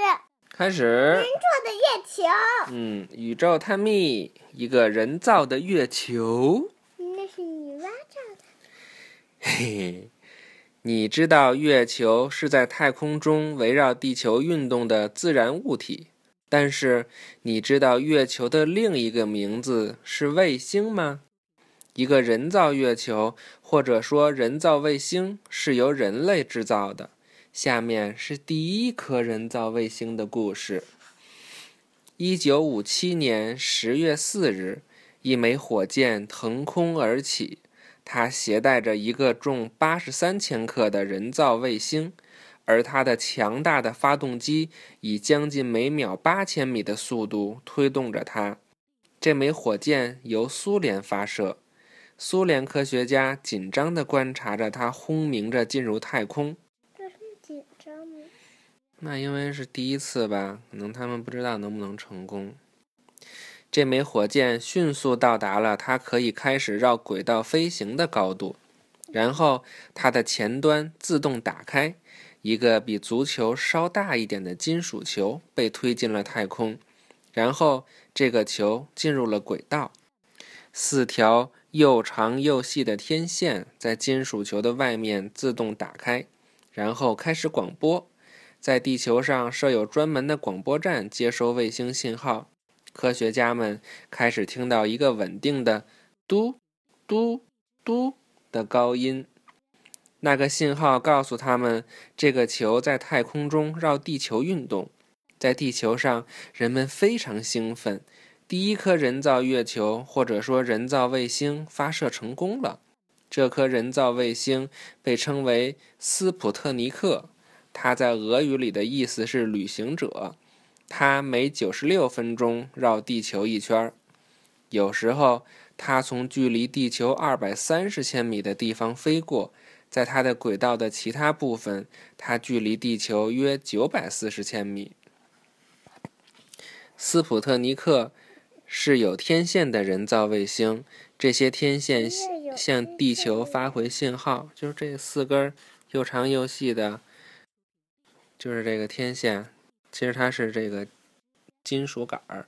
开始。 人造的月球。 宇宙探秘，一个人造的月球。 那是你挖造的。 嘿嘿，你知道月球是在太空中围绕地球运动的自然物体，但是你知道月球的另一个名字是卫星吗？一个人造月球，或者说人造卫星，是由人类制造的。下面是第一颗人造卫星的故事。1957年10月4日，一枚火箭腾空而起，它携带着一个重83千克的人造卫星，而它的强大的发动机以将近每秒8000米的速度推动着它。这枚火箭由苏联发射，苏联科学家紧张地观察着它轰鸣着进入太空。 这是紧张吗？ 那因为是第一次吧，可能他们不知道能不能成功。这枚火箭迅速到达了它可以开始绕轨道飞行的高度，然后它的前端自动打开，一个比足球稍大一点的金属球被推进了太空，然后这个球进入了轨道。4条又长又细的天线在金属球的外面自动打开，然后开始广播。在地球上设有专门的广播站接收卫星信号，科学家们开始听到一个稳定的嘟嘟嘟的高音。那个信号告诉他们，这个球在太空中绕地球运动。在地球上，人们非常兴奋，第一颗人造月球或者说人造卫星发射成功了。这颗人造卫星被称为斯普特尼克，它在俄语里的意思是旅行者，它每96分钟绕地球一圈。有时候它从距离地球230千米的地方飞过，在它的轨道的其他部分，它距离地球约940千米。斯普特尼克是有天线的人造卫星，这些天线向地球发回信号，就是这4根又长又细的，就是这个天线，其实它是这个金属杆儿，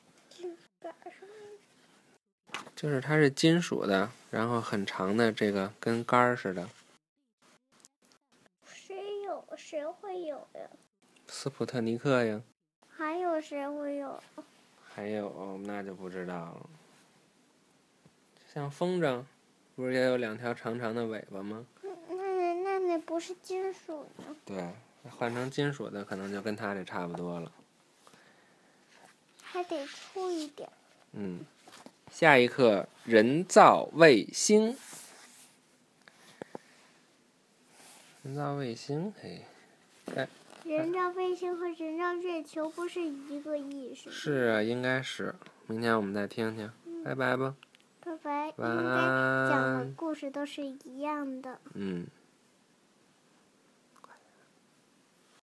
就是它是金属的，然后很长的，这个跟杆儿似的。 谁会有呀？ 斯普特尼克呀。 还有谁会有？ 还有那就不知道了。像风筝，不是也有2条长长的尾巴吗？ 那不是金属的。 对，换成金属的可能就跟它这差不多了。 还得粗一点。 下一课，人造卫星。人造卫星， 人造卫星和人造月球不是一个意思。 是啊，应该是。明天我们再听听。拜拜吧。 拜拜。 晚安。 应该讲的故事都是一样的。